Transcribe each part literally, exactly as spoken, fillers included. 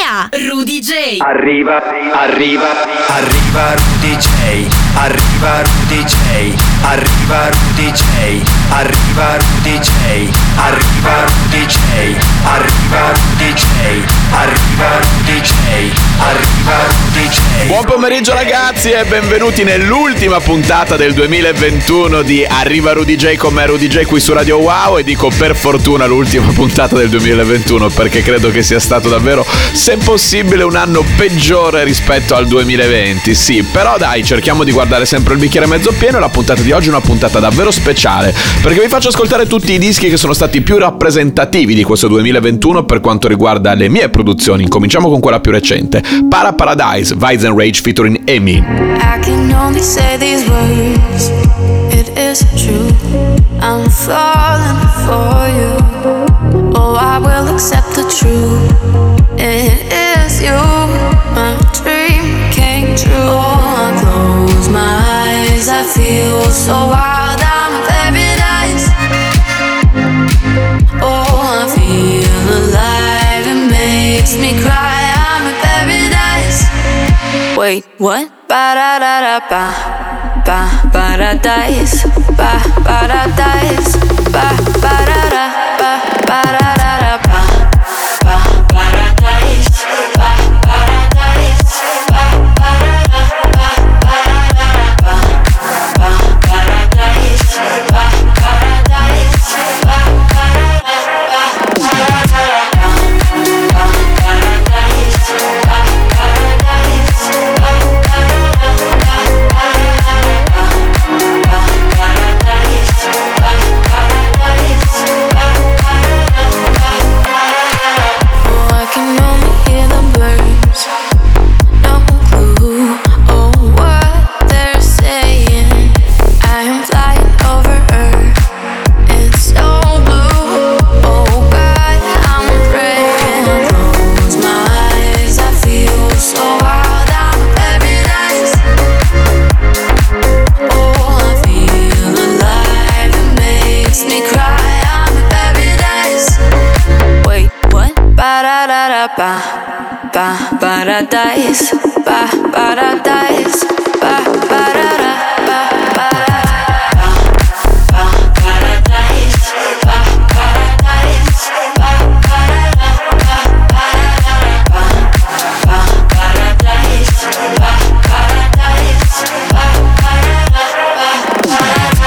mia! Rudy J! Arriva, arriva, arriva Rudy J, arriva Rudy J, arriva Rudy J, arriva Rudy J, arriva Rudy J, arriva Rudy J, arriva Rudy J, arriva Rudy J. Buon pomeriggio ragazzi e benvenuti nell'ultima puntata del duemilaventuno di Arriva Rudy J con me Rudy J qui su Radio Wow, e dico per fortuna l'ultima puntata del duemilaventuno perché credo che sia stato davvero, se possibile, un anno peggiore rispetto al duemilaventi. Sì, però dai, cerchiamo di guardare sempre il bicchiere mezzo pieno, e la puntata di oggi è una puntata davvero speciale perché vi faccio ascoltare tutti i dischi che sono stati più rappresentativi di questo duemilaventuno per quanto riguarda le mie produzioni. Cominciamo con quella più recente, Para Paradise, Vibes and Rage featuring Amy. I can only say these words, it is true, I'm falling for you. Oh, I will accept the truth, it is you, my dream came true. Oh, I close my eyes, I feel so wild, I'm in paradise. Oh, I feel alive, it makes me cry, I'm in paradise. Wait, what? Ba-da-da-da-ba, ba, paradise, ba, paradise, ba, ba-da-da, ba, ba-da-da-da, ba, ba, paradise, ba, paradise, ba, ba-da-da, ba, ba-da-da, ba, ba, paradise, ba, paradise, ba, ba-da-da, ba, ba, paradise, ba, paradise, ba, ba-da-da, ba, ba-da-da, ba, paradise, ba, paradise, ba, ba-da-da, ba, ba-da-da, ba, ba, paradise, ba, paradise, ba, ba-da-da, ba,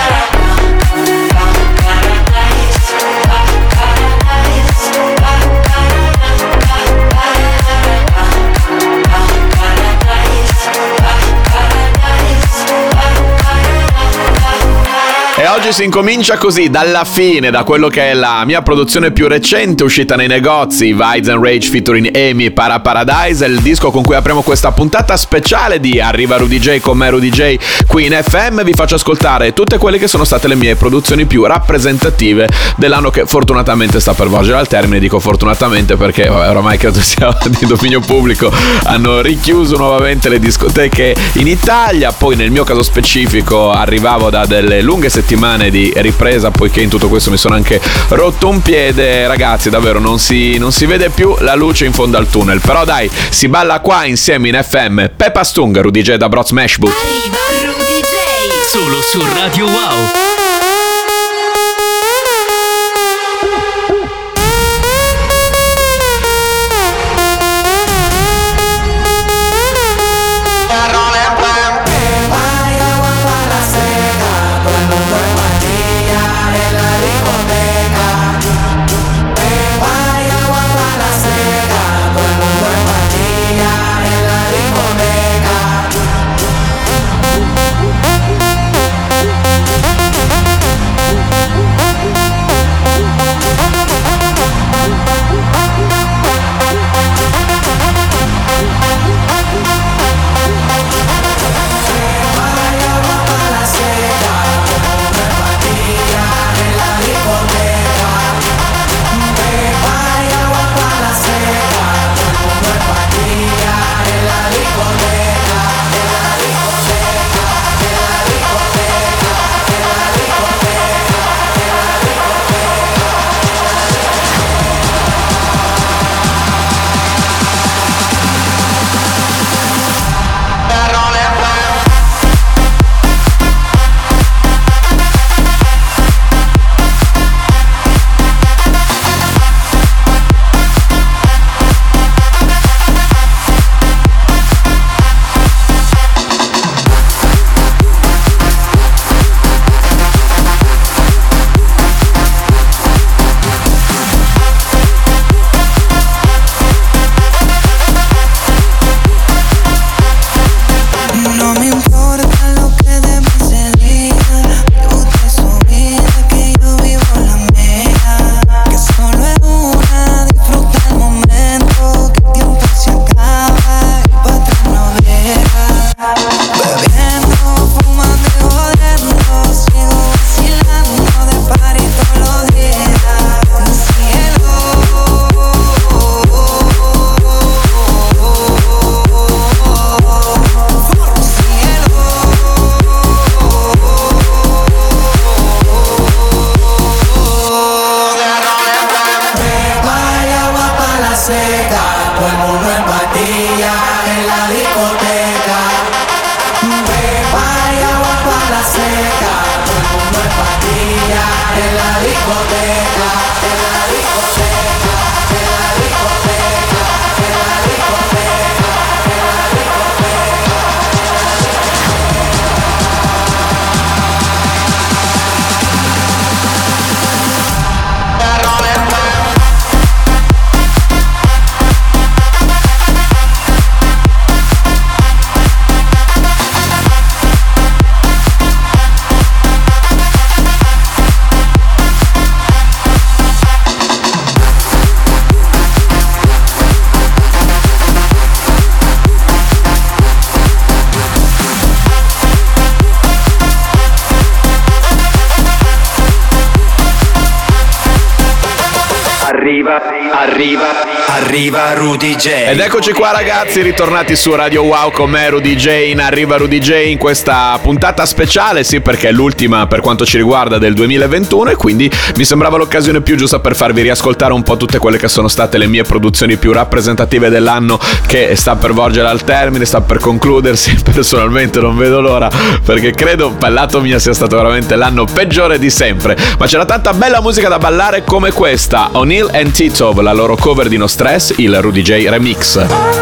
E oggi si incomincia così, dalla fine, da quello che è la mia produzione più recente uscita nei negozi, Vibes and Rage featuring Amy, Para Paradise, è il disco con cui apriamo questa puntata speciale di Arriva Rudy J con me Rudy J qui in F M. Vi faccio ascoltare tutte quelle che sono state le mie produzioni più rappresentative dell'anno che fortunatamente sta per volgere al termine. Dico fortunatamente perché vabbè, oramai credo sia di dominio pubblico, hanno richiuso nuovamente le discoteche in Italia. Poi nel mio caso specifico arrivavo da delle lunghe settimane settimane di ripresa, poiché in tutto questo mi sono anche rotto un piede. Ragazzi, davvero non si, non si vede più la luce in fondo al tunnel, però dai, si balla qua insieme in F M. Peppa Stung, Rudy J da Bro Smash Boot. Arriva Rudy J solo su Radio Wow. discoteca. todo el mundo en patilla en la discoteca. Pepa y agua para la seca, todo el mundo en patilla en la discoteca, en la discoteca, en la discoteca, en la discoteca, en la discoteca. Arriva, arriva, arriva Rudy J. Ed eccoci qua ragazzi, ritornati su Radio Wow con me Rudy J in Arriva Rudy J in questa puntata speciale, sì, perché è l'ultima per quanto ci riguarda del duemilaventuno e quindi mi sembrava l'occasione più giusta per farvi riascoltare un po' tutte quelle che sono state le mie produzioni più rappresentative dell'anno che sta per volgere al termine, sta per concludersi. Personalmente non vedo l'ora perché credo per lato mio sia stato veramente l'anno peggiore di sempre, ma c'era tanta bella musica da ballare come questa, O'Neal and Titov, la loro cover di No Stress, il Rudy J Remix.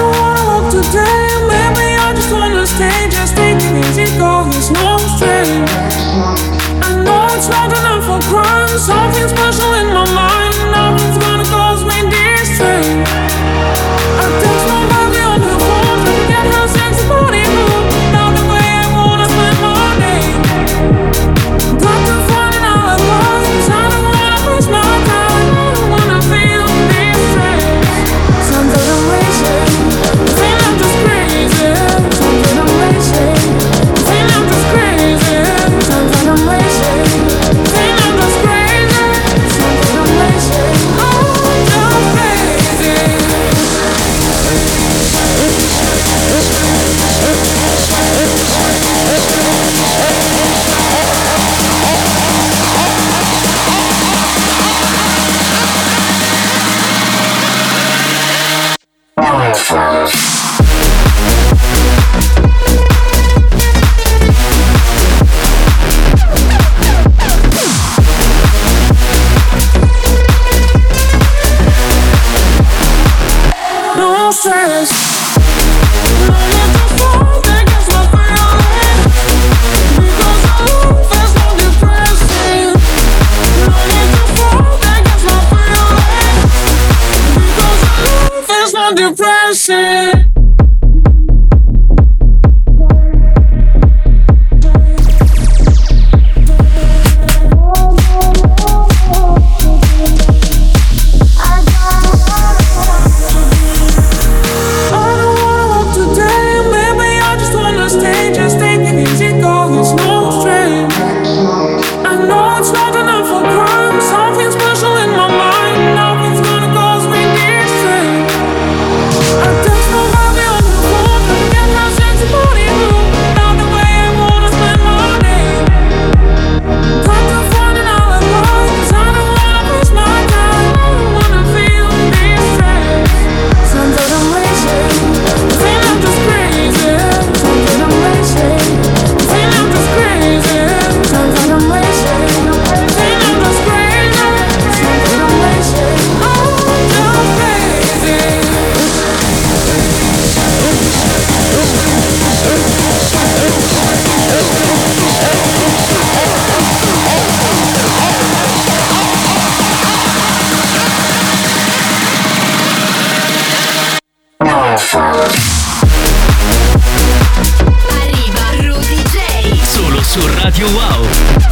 Radio Wow.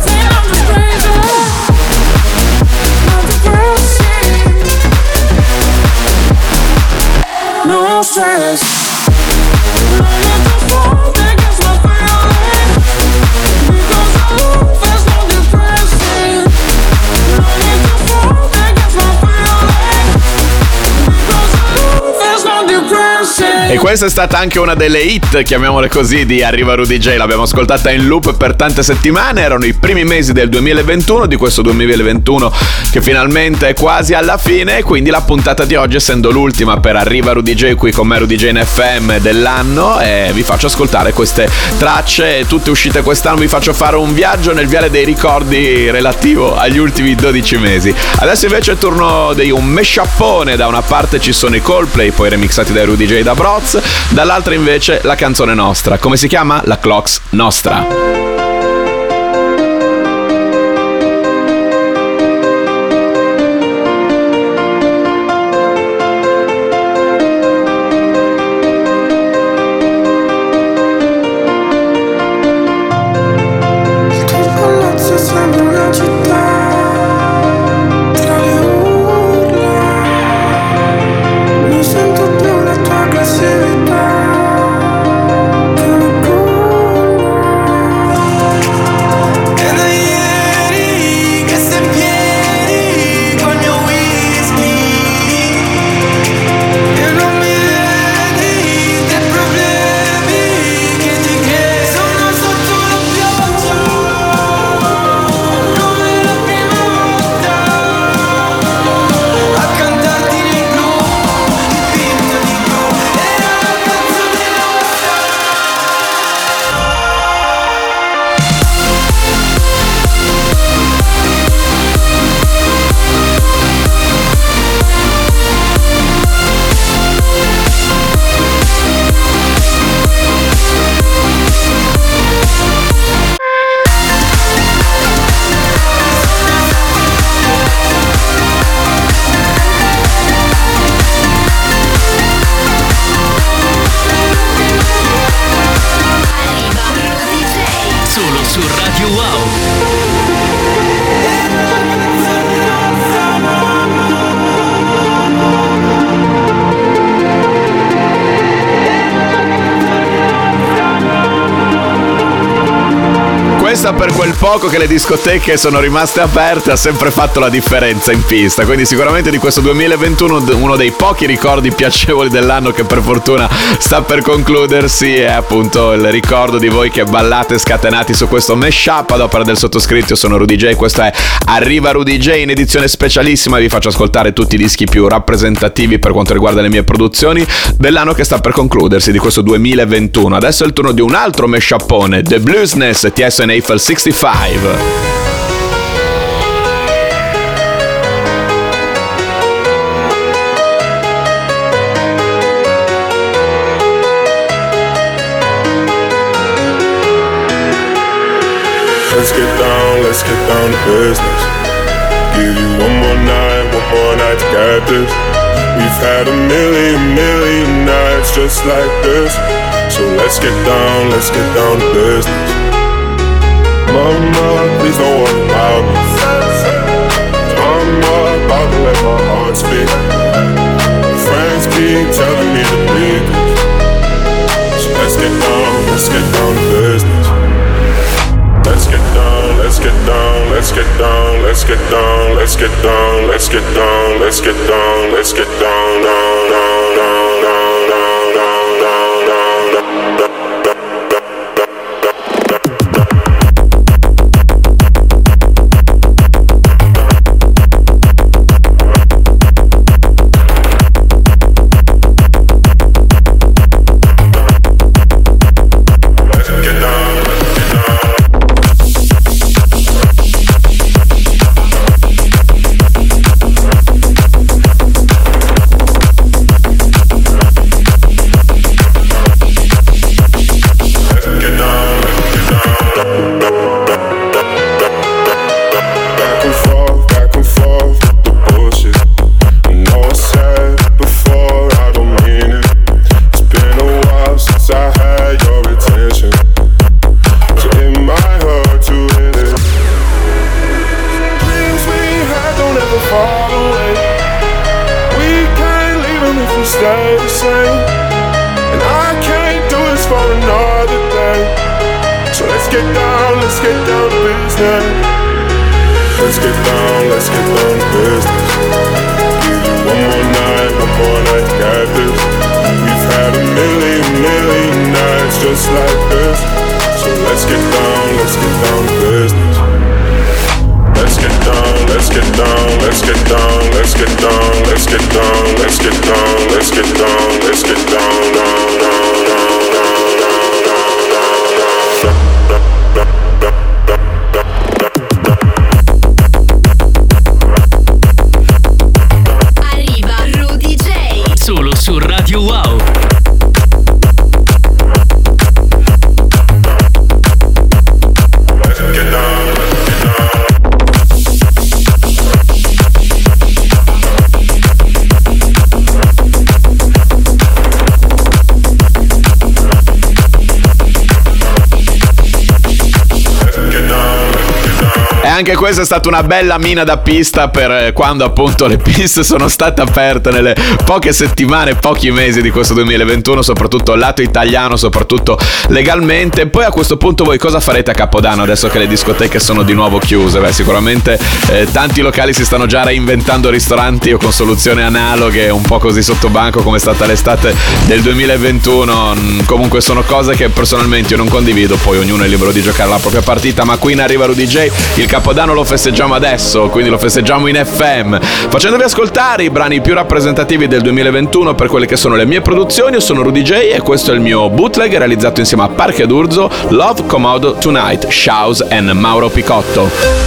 No stress. There's no depression. E questa è stata anche una delle hit, chiamiamole così, di Arriva Rudy J. L'abbiamo ascoltata in loop per tante settimane. Erano i primi mesi del duemilaventuno, di questo duemilaventuno che finalmente è quasi alla fine. E quindi la puntata di oggi, essendo l'ultima per Arriva Rudy J qui con me, Rudy J in F M dell'anno, e vi faccio ascoltare queste tracce tutte uscite quest'anno. Vi faccio fare un viaggio nel viale dei ricordi relativo agli ultimi dodici mesi. Adesso invece è turno di un mashuppone. Da una parte ci sono i Coldplay, poi remixati dai Rudy J da Broz, dall'altra invece la canzone nostra. Come si chiama? La Clocks Nostra. Per quel poco che le discoteche sono rimaste aperte ha sempre fatto la differenza in pista, quindi sicuramente di questo duemilaventuno uno dei pochi ricordi piacevoli dell'anno che per fortuna sta per concludersi è appunto il ricordo di voi che ballate scatenati su questo mashup ad opera del sottoscritto. Io sono Rudy J, questo è Arriva Rudy J in edizione specialissima. Vi faccio ascoltare tutti i dischi più rappresentativi per quanto riguarda le mie produzioni dell'anno che sta per concludersi, di questo duemilaventuno. Adesso è il turno di un altro mashupone, The Bluesness, T S and Eiffel sessantacinque. Let's get down, let's get down to business. Give you one more night, one more night to get this. We've had a million, million nights just like this. So let's get down, let's get down to business. Mama, please don't worry about me. I'm about to let my heart speak. Friends keep telling me to leave. So let's get down, let's get down to business. Let's get down, let's get down, let's get down, let's get down, let's get down, let's get down, let's get down, let's get down, down, down, down, down, down, down, down, down, down. Stay the same, and I can't do this for another day. So let's get down, let's get down to business. Let's get down, let's get down to business. Give you one more night, one more night, got this. We've had a minute. Radio Wow. Get down, get down. E anche questa è stata una bella mina da pista per quando appunto le piste sono state aperte nelle poche settimane, pochi mesi di questo duemilaventuno, soprattutto lato italiano, soprattutto legalmente. Poi a questo punto voi cosa farete a Capodanno adesso che le discoteche sono di nuovo chiuse? Beh, sicuramente eh, tanti locali si stanno già reinventando ristoranti o con soluzioni analoghe, un po' così sotto banco come è stata l'estate del duemilaventuno. Comunque sono cose che personalmente io non condivido, poi ognuno è libero di giocare la propria partita, ma qui in Arriva Rudy J il Capodanno lo festeggiamo adesso, quindi lo festeggiamo in F M, facendovi ascoltare i brani più rappresentativi del duemilaventuno per quelle che sono le mie produzioni. Io sono Rudy J e questo è il mio bootleg realizzato insieme a Park ed Urzo, Love Comodo Tonight, Shouse and Mauro Picotto.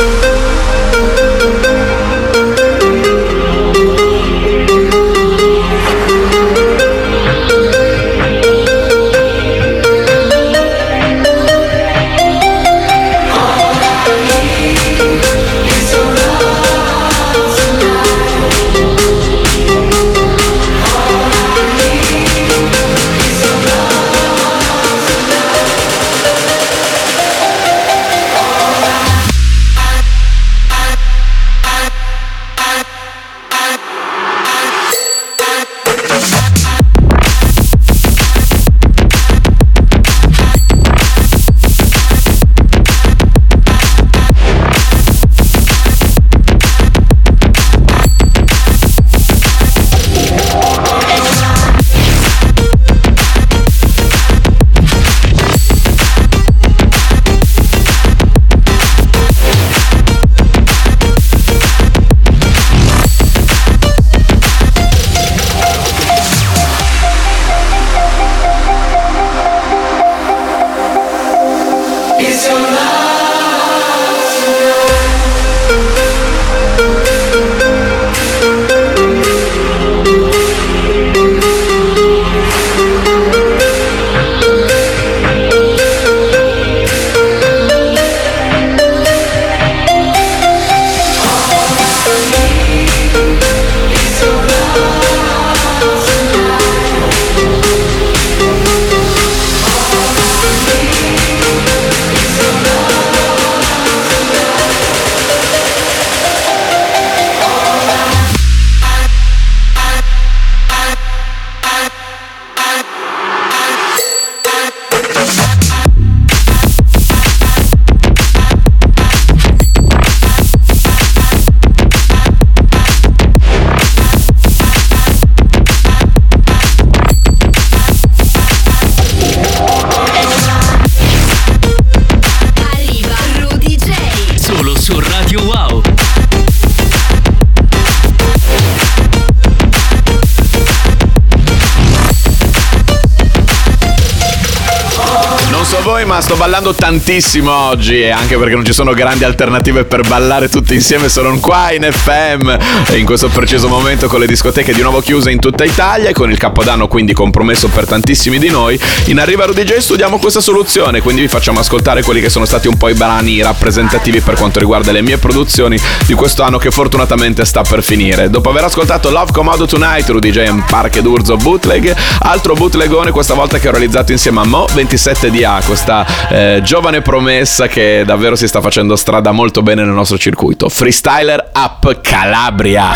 Voi, ma sto ballando tantissimo oggi, e anche perché non ci sono grandi alternative per ballare tutti insieme, sono qua in F M e in questo preciso momento con le discoteche di nuovo chiuse in tutta Italia e con il Capodanno quindi compromesso per tantissimi di noi. In Arriva Rudy J studiamo questa soluzione, quindi vi facciamo ascoltare quelli che sono stati un po' i brani rappresentativi per quanto riguarda le mie produzioni di questo anno che fortunatamente sta per finire. Dopo aver ascoltato Love Comodo Tonight, Rudy J and Park ed Urzo bootleg, altro bootlegone questa volta che ho realizzato insieme a Mo ventisette D A, questa eh, giovane promessa che davvero si sta facendo strada molto bene nel nostro circuito. Freestyler Up Calabria.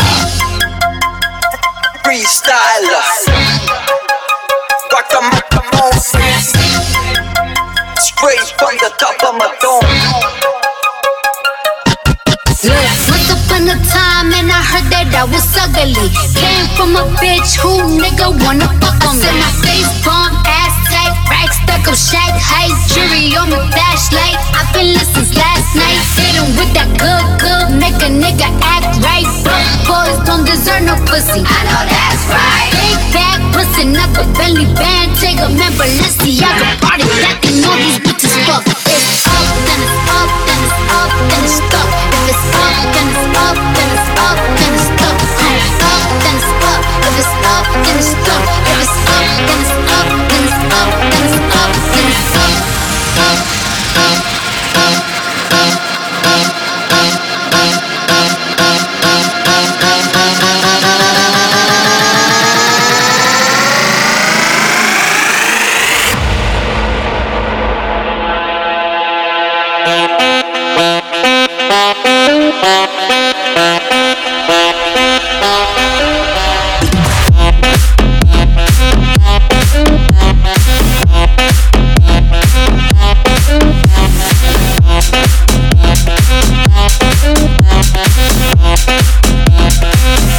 Freestyler. Rock the microphone. Straight from the top of my dome. Look, once upon a time and I heard that I was ugly. Came from a bitch who nigga wanna fuck on me. I said my face bomb, ass tight, rack stuck up, shack height, jury on my flashlight. I've been listening last night, hit with that good, good, make a nigga act right. Broke boys don't deserve no pussy. I know that's right. Big bag pussy, not the belly band. Take a member, let's see, I can party that they know these bitches fuck. It's up, then it's up, then it's up, then it's stuck. If it's up, then it's up, then it's up, then it's stuck. If it's up, then it's up, if it's up, then it's stuck.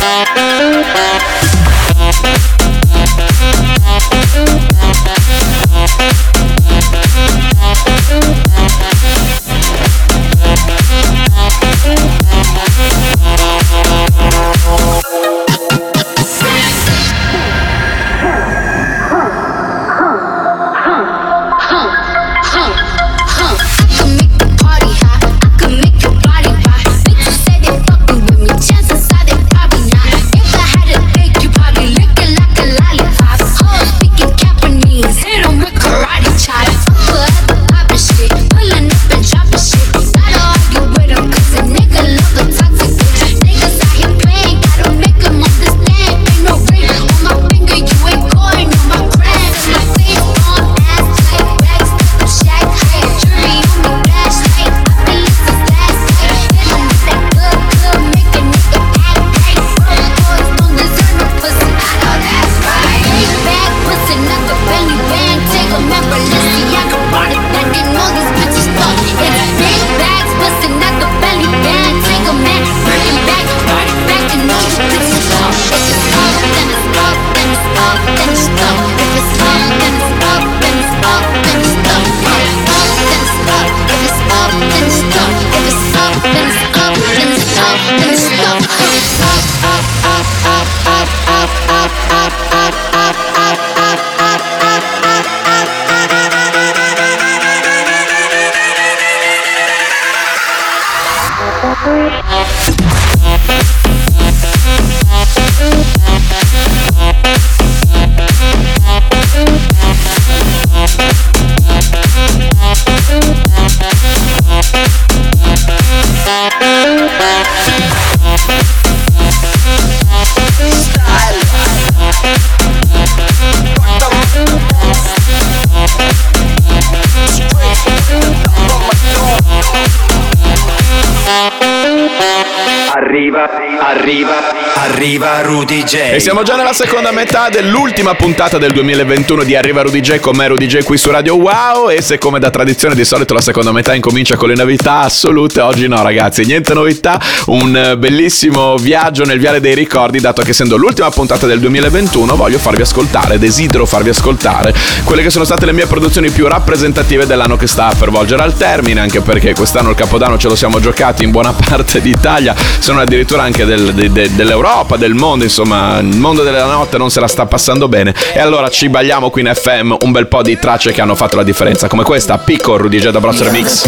Arriva, arriva, arriva Rudy J. E siamo già nella seconda metà dell'ultima puntata del duemilaventuno di Arriva Rudy J con me Rudy J qui su Radio Wow. E se come da tradizione di solito la seconda metà incomincia con le novità assolute, oggi no ragazzi, niente novità, un bellissimo viaggio nel viale dei ricordi, dato che essendo l'ultima puntata del duemilaventuno voglio farvi ascoltare, desidero farvi ascoltare quelle che sono state le mie produzioni più rappresentative dell'anno che sta per volgere al termine, anche perché quest'anno il Capodanno ce lo siamo giocati in buona parte d'Italia, se non addirittura anche del, de, de, dell'Europa, del mondo, insomma il mondo della notte non se la sta passando bene, e allora ci balliamo qui in F M un bel po' di tracce che hanno fatto la differenza, come questa Pico Rudy J da Bros Remix.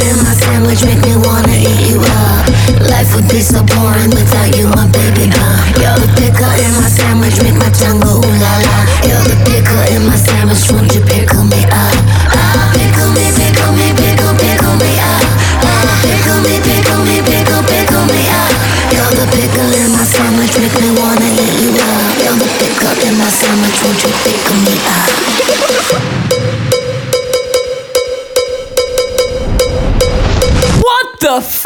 Life would be so boring without you, my baby gone. You're the pickle in my sandwich, make my tongue go ooh la la. You're the pickle in my sandwich, won't you pickle me up? Ah, pickle me, pickle me, pickle, pickle me up. Ah, pickle me, pickle me, pickle, pickle me up. You're the pickle in my sandwich, make me wanna eat you up. You're the pickle in my sandwich, won't you pickle me up? What the f***?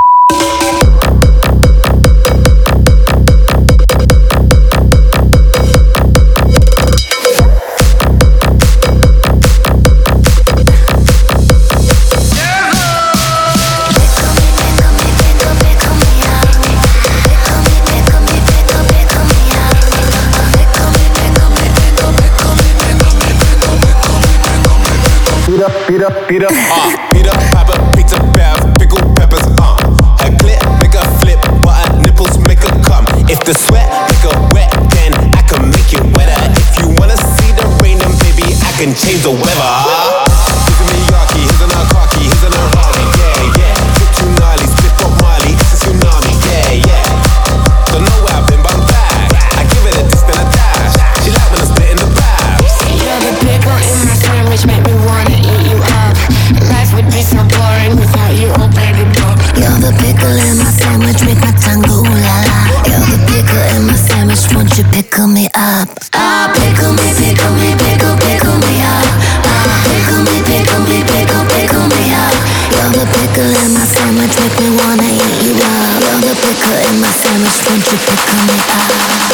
Beat up, beat up, uh, beat up, pop up, pizza, bath, pickle peppers, uh. Her clit, make her flip, but her nipples make her come. If the sweat make her wet, then I can make it wetter. If you wanna see the rain, then baby, I can change the weather. Here's a Miyake, here's an Akaki, here's an Harari, yeah, yeah. Flip too gnarly, split up Marley, it's a tsunami, yeah, yeah. Don't know where I've been, but I'm back. I give it a diss, then I dash. She like when I split in the bath. You're the pickle in my sandwich, make me wanna eat you up. Life would be so boring without you, oh baby boy. You're the pickle in my sandwich, make my tongue go ooh la la. You're the pickle in my sandwich, won't you pickle me up? Ah, pickle me, pickle me, pickle, pickle me up. Ah, pickle me, pickle me, pickle, pickle me up. You're the pickle in my sandwich, make me wanna eat you up. You're the pickle in my sandwich, won't you pickle me up?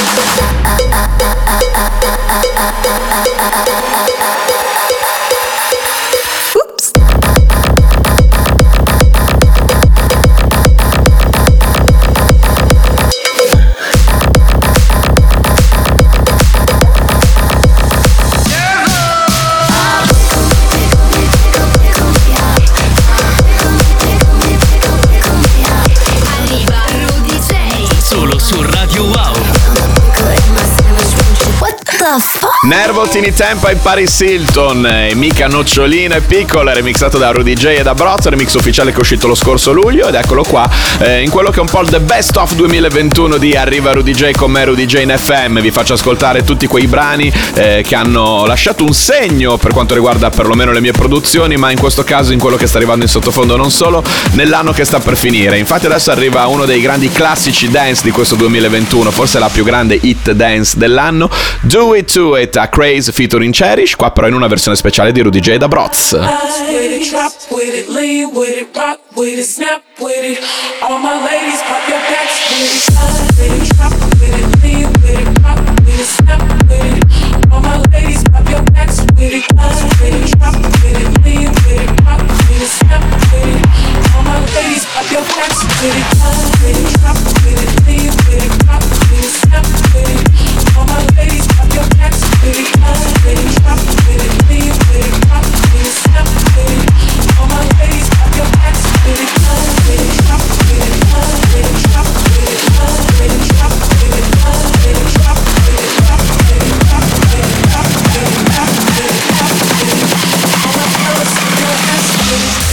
Oops. fuck? Nervo, Tini Tempa e Paris Hilton, e mica nocciolina e piccola, remixato da Rudy J e da Broz, remix ufficiale che è uscito lo scorso luglio, ed eccolo qua eh, in quello che è un po' il The Best of duemilaventuno di Arriva Rudy J con me, Rudy J in F M. Vi faccio ascoltare tutti quei brani eh, che hanno lasciato un segno per quanto riguarda perlomeno le mie produzioni, ma in questo caso in quello che sta arrivando in sottofondo, non solo nell'anno che sta per finire. Infatti adesso arriva uno dei grandi classici dance di questo duemilaventuno, forse la più grande hit dance dell'anno, Do It To It a Craze featuring Cherish, qua però in una versione speciale di Rudy J da Broz. Drop with it, lean with it, rock with it, snap with it. All my ladies, pop your backs with it. With it, drop with it, lean with it, rock with it, snap with it. All my ladies, pop your backs with it. With it, drop with it, lean with it, rock with it, snap with it. All my ladies, pop your backs with it. With it, drop with it, lean with it, rock with it, snap with it. All my ladies, pop your backs with it. With it, drop with it, lean with it, rock with it, snap with it. All my ladies, pop your backs with it. With it, drop with it, with it, drop with it, with it, drop with it, with it, drop with it, drop with it, drop with it, drop with it, drop with it, drop with it. All my fellas, pop your backs with it.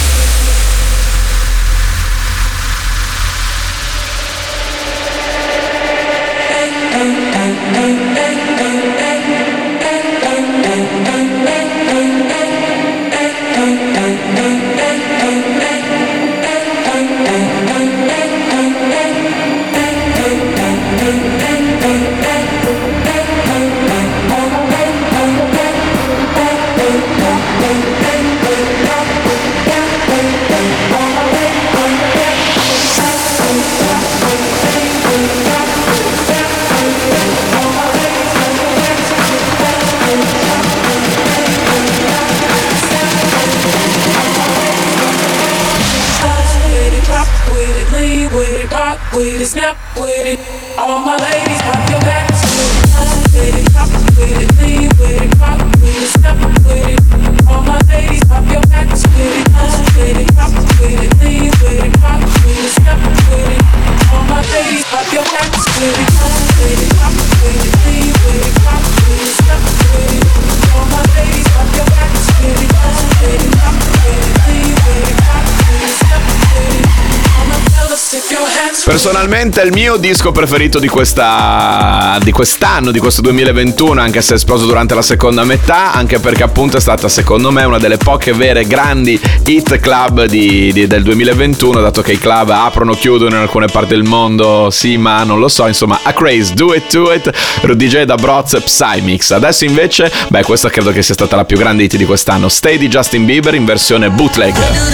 With it, snap with it. All my ladies, pop your backs with it. With it, drop with it, lean with it, rock with it, snap with it. All my ladies, pop your backs with it. With it, drop with it, lean with it, rock with it, snap with it. All my ladies, pop your backs with it. With it, drop with it, lean with it, rock with it, snap with it. All my ladies, pop your backs with it. With it, drop with it, lean with it, rock with it, snap with it. All my fellas, tip your hands. Personalmente il mio disco preferito di questa di quest'anno, di questo duemilaventuno, anche se è esploso durante la seconda metà, anche perché appunto è stata secondo me una delle poche vere grandi hit club di, di, del duemilaventuno, dato che i club aprono, chiudono in alcune parti del mondo, sì ma non lo so, insomma, A Craze, Do It To It, Rudy J da Broz, Psymix. Adesso invece, beh, questa credo che sia stata la più grande hit di quest'anno, Stay di Justin Bieber in versione bootleg.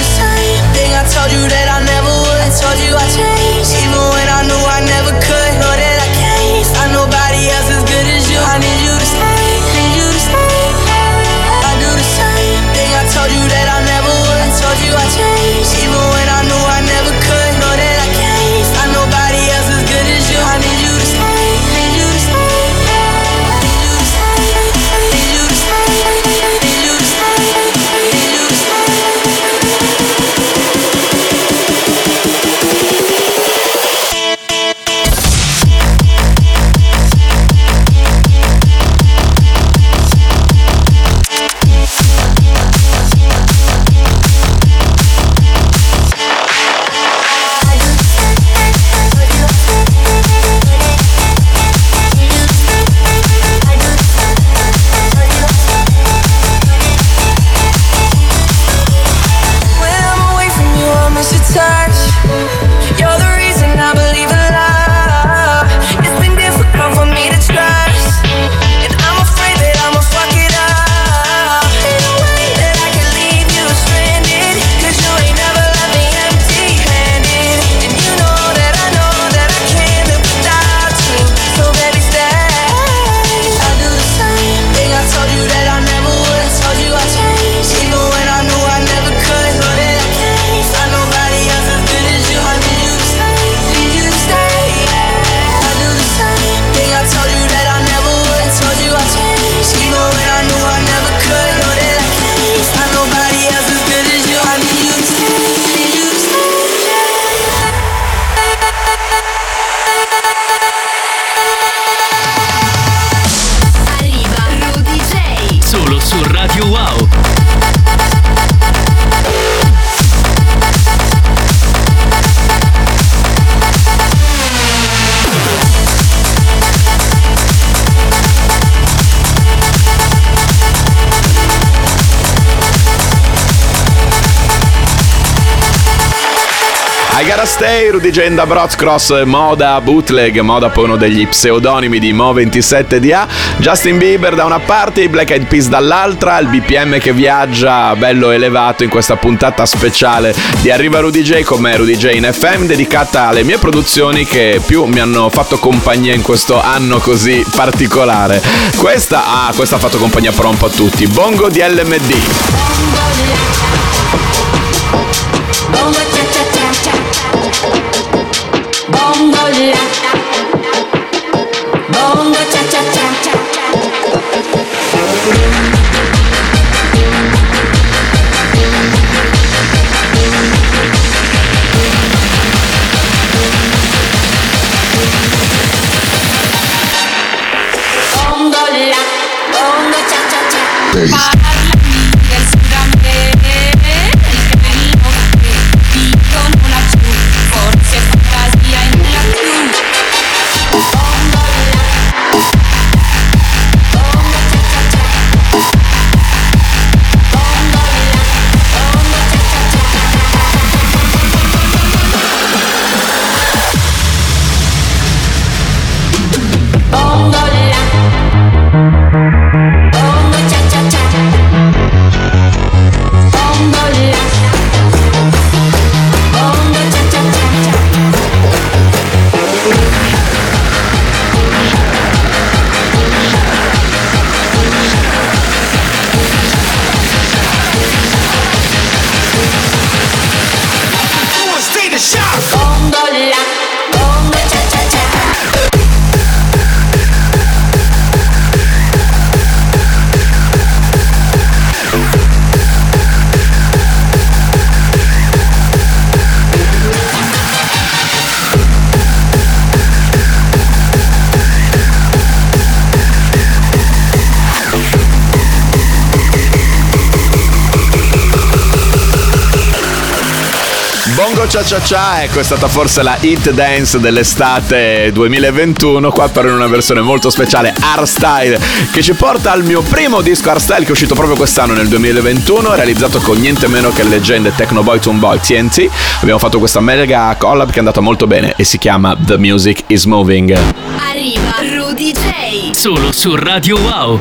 Told you I changed, even when I knew I never could. Know that I can't find nobody else as good as you. I need you to stay, need you to stay. I do the same thing I told you that I never would. I told you I changed, even when I knew I never could. Know that I can't find nobody else as good as you. I need you to stay, need you to stay. Need you to stay, need you to stay, need you to stay, need you to stay. I Gotta Stay, Rudy J and the Broz Cross, Moda Bootleg, Moda poi uno degli pseudonimi di Mo ventisette D A, Justin Bieber da una parte, i Black Eyed Peas dall'altra, il B P M che viaggia bello elevato in questa puntata speciale di Arriva Rudy J con me Rudy J in F M, dedicata alle mie produzioni che più mi hanno fatto compagnia in questo anno così particolare. Questa, ah, questa ha fatto compagnia però un po' a tutti, Bongo di L M D. Bongo cha cha cha cha. Bongo la. Bongo cha cha cha cha. Bongo la. Bongo cha cha cha. Parlami del Sud America. Forse fantasia in più. Bongo la. Bongo cha cha cha. Bongo la. Bongo cha cha cha. Bongo la. Bongo cha cha cha. Bongo la. Bongo cha cha cha cha. Bongo la. Bongo cha cha cha. Bongo Cha Cha Cha, ecco, è stata forse la hit dance dell'estate duemilaventuno, qua però in una versione molto speciale hardstyle, che ci porta al mio primo disco hardstyle che è uscito proprio quest'anno nel duemilaventuno, realizzato con niente meno che le leggende Techno Boy Toon Boy T N T. Abbiamo fatto questa mega collab che è andata molto bene e si chiama The Music Is Moving. Arriva Rudy J solo su Radio Wow.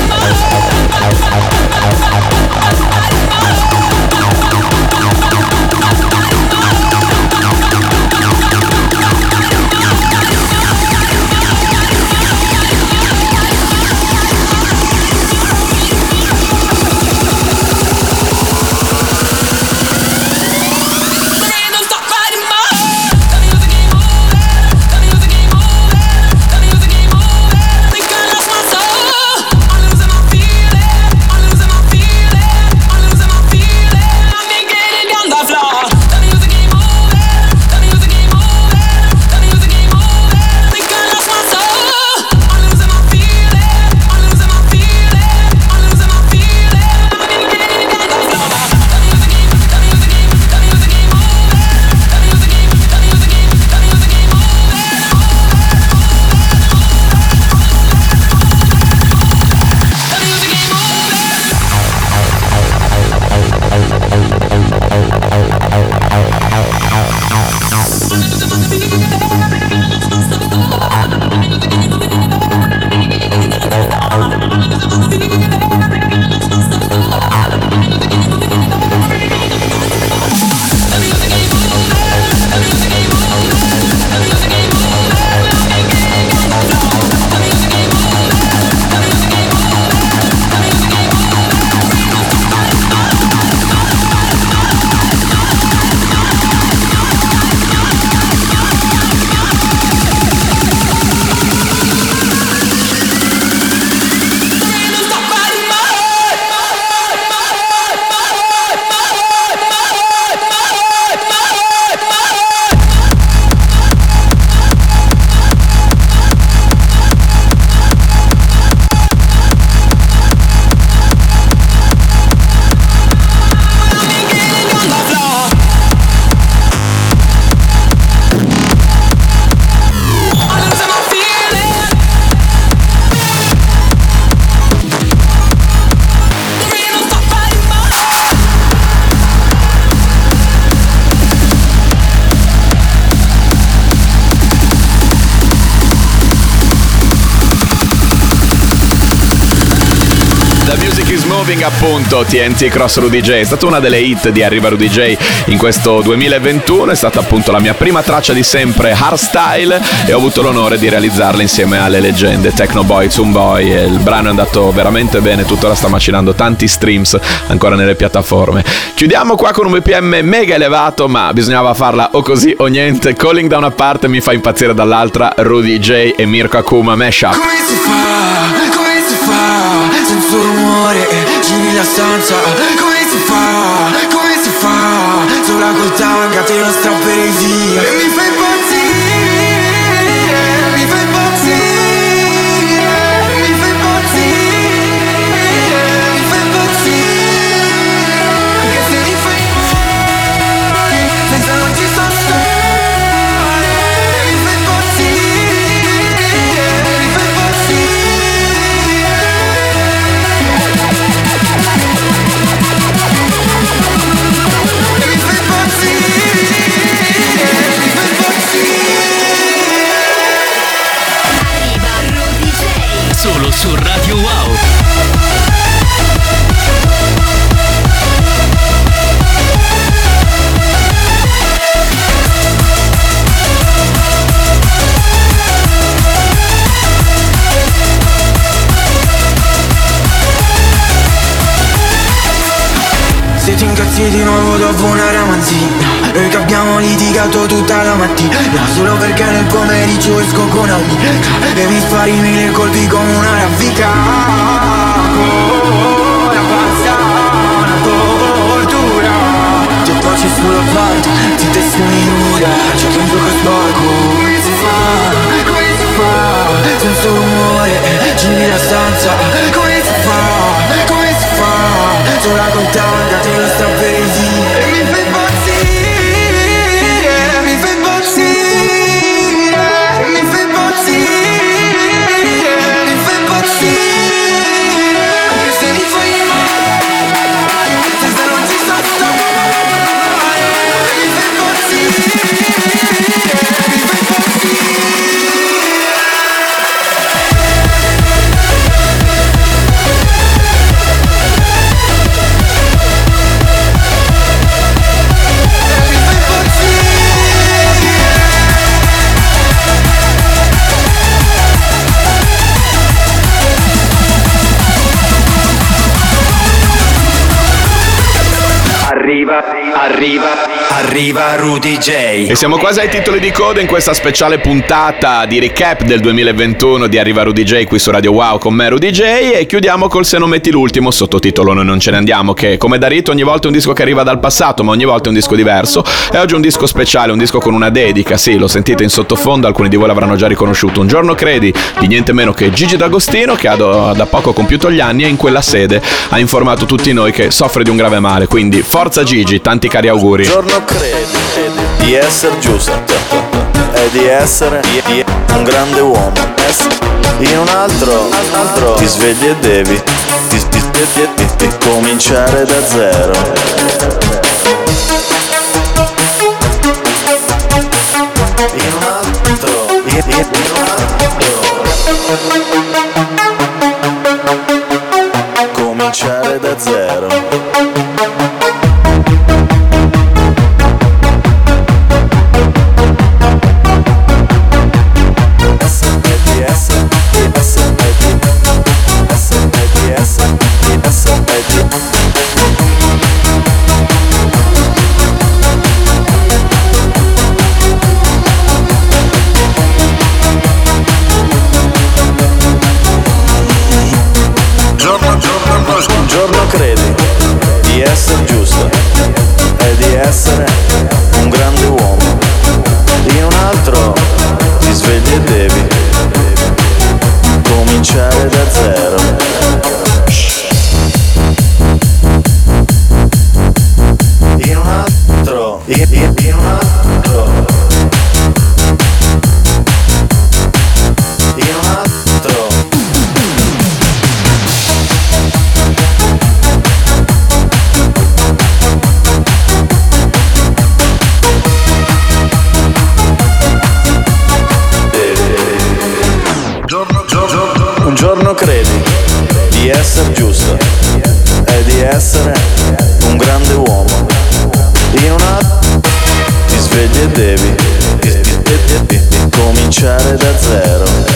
Bye. Moving, appunto, T N T Cross Rudy J. È stata una delle hit di Arriva Rudy J in questo duemilaventuno. È stata appunto la mia prima traccia di sempre hardstyle e ho avuto l'onore di realizzarla insieme alle leggende Techno Boy, Zoom Boy, e il brano è andato veramente bene, tuttora sta macinando tanti streams ancora nelle piattaforme. Chiudiamo qua con un B P M mega elevato, ma bisognava farla o così o niente. Calling da una parte, mi fa impazzire dall'altra, Rudy J e Mirko Akuma mashup. Come si fa, come si fa, senza rumore, giri la stanza. Come si fa, come si fa, sola col tanga te lo strapperei via. E mi fai impazzire, mi fai impazzire, mi fai impazzire, mi fai impazzire. Anche se mi fai male, senza non ci so stare. Mi fai impazzire, mi fai impazzire. Solo su Radio Wow. Siete incazziti di nuovo dopo una ramanzina. Noi che abbiamo litigato tutta la mattina, solo perché nel pomeriggio esco con amica e mi spari mille colpi come una raffica. Oh, la pasta, una tortura. Ti baci sulla parte, ti testoni nuda, c'è che un gioco sporco. Come si fa, come si fa, senza rumore, giri la stanza. Come si fa, come si fa, sola col tanga te lo strapperei via. E mi fai impazzire, mi fai impazzire, mi fai impazzire, mi fai impazzire. Anche se mi fai male, senza non ci so stare. Mi fai impazzire, mi fai impazzire. Arriva, arriva, arriva Rudy J. E siamo quasi ai titoli di coda in questa speciale puntata di recap del duemilaventuno di Arriva Rudy J qui su Radio Wow con me Rudy J, e chiudiamo col Se non metti l'ultimo, sottotitolo Noi non ce ne andiamo, che come da rito ogni volta è un disco che arriva dal passato ma ogni volta è un disco diverso, e oggi è un disco speciale, un disco con una dedica. Sì, lo sentite in sottofondo, alcuni di voi l'avranno già riconosciuto. Un giorno credi di niente meno che Gigi D'Agostino, che ha do, da poco compiuto gli anni e in quella sede ha informato tutti noi che soffre di un grave male, quindi forza Gigi, tanti cari auguri. Un giorno credi di essere giusto e di essere un grande uomo, in un altro, un altro ti svegli e devi ti, ti, ti, ti, ti, cominciare da zero. In un altro, in, in un altro cominciare da zero. svegli e devi cominciare da zero.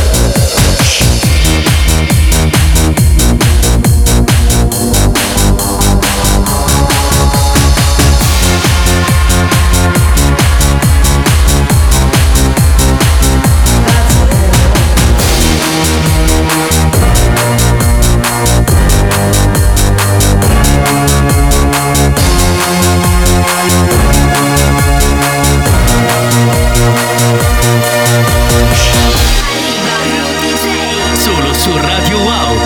Solo su Radio Wow.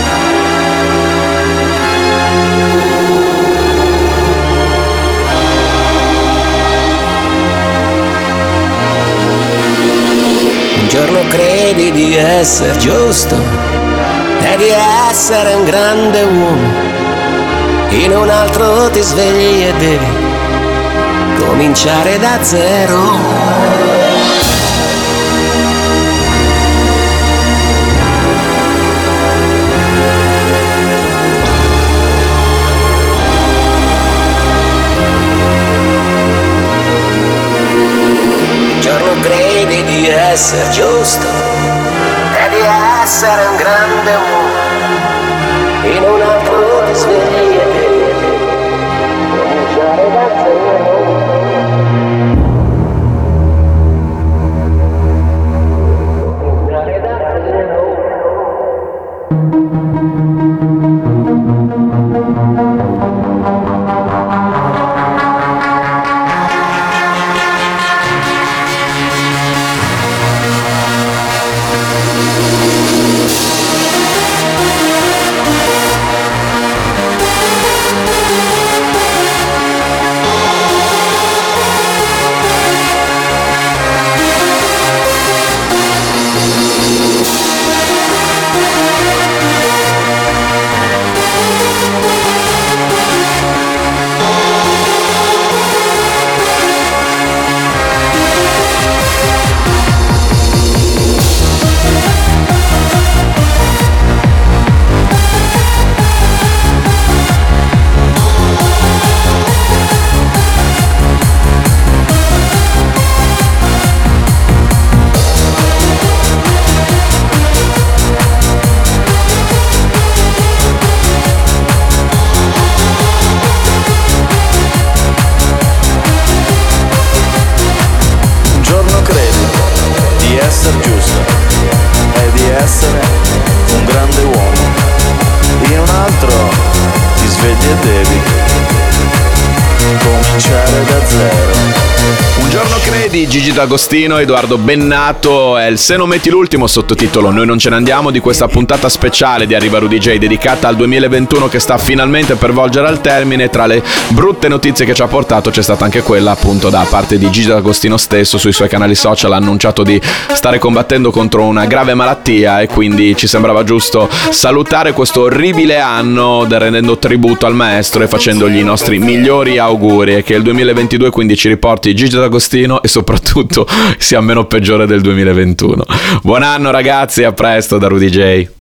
Un giorno credi di essere giusto e di essere un grande uomo, in un altro ti svegli e devi cominciare da zero. Credi di essere giusto e di essere un grande uomo, in un altro ti svegli e devi cominciare da zero. Cominciare da zero. Essere giusto è di essere un grande uomo, in un altro ti svegli e devi cominciare da zero. Un giorno credi, Gigi D'Agostino, Edoardo Bennato, è il Se non metti l'ultimo sottotitolo Noi non ce ne andiamo di questa puntata speciale di Arriva Rudy J dedicata al duemilaventuno che sta finalmente per volgere al termine. Tra le brutte notizie che ci ha portato c'è stata anche quella appunto da parte di Gigi D'Agostino stesso. Sui suoi canali social ha annunciato di stare combattendo contro una grave malattia e quindi ci sembrava giusto salutare questo orribile anno rendendo tributo al maestro e facendogli i nostri migliori auguri, e che il duemilaventidue quindi ci riporti Gigi D'Agostino e soprattutto sia meno peggiore del duemilaventuno. Buon anno ragazzi, a presto da Rudy J.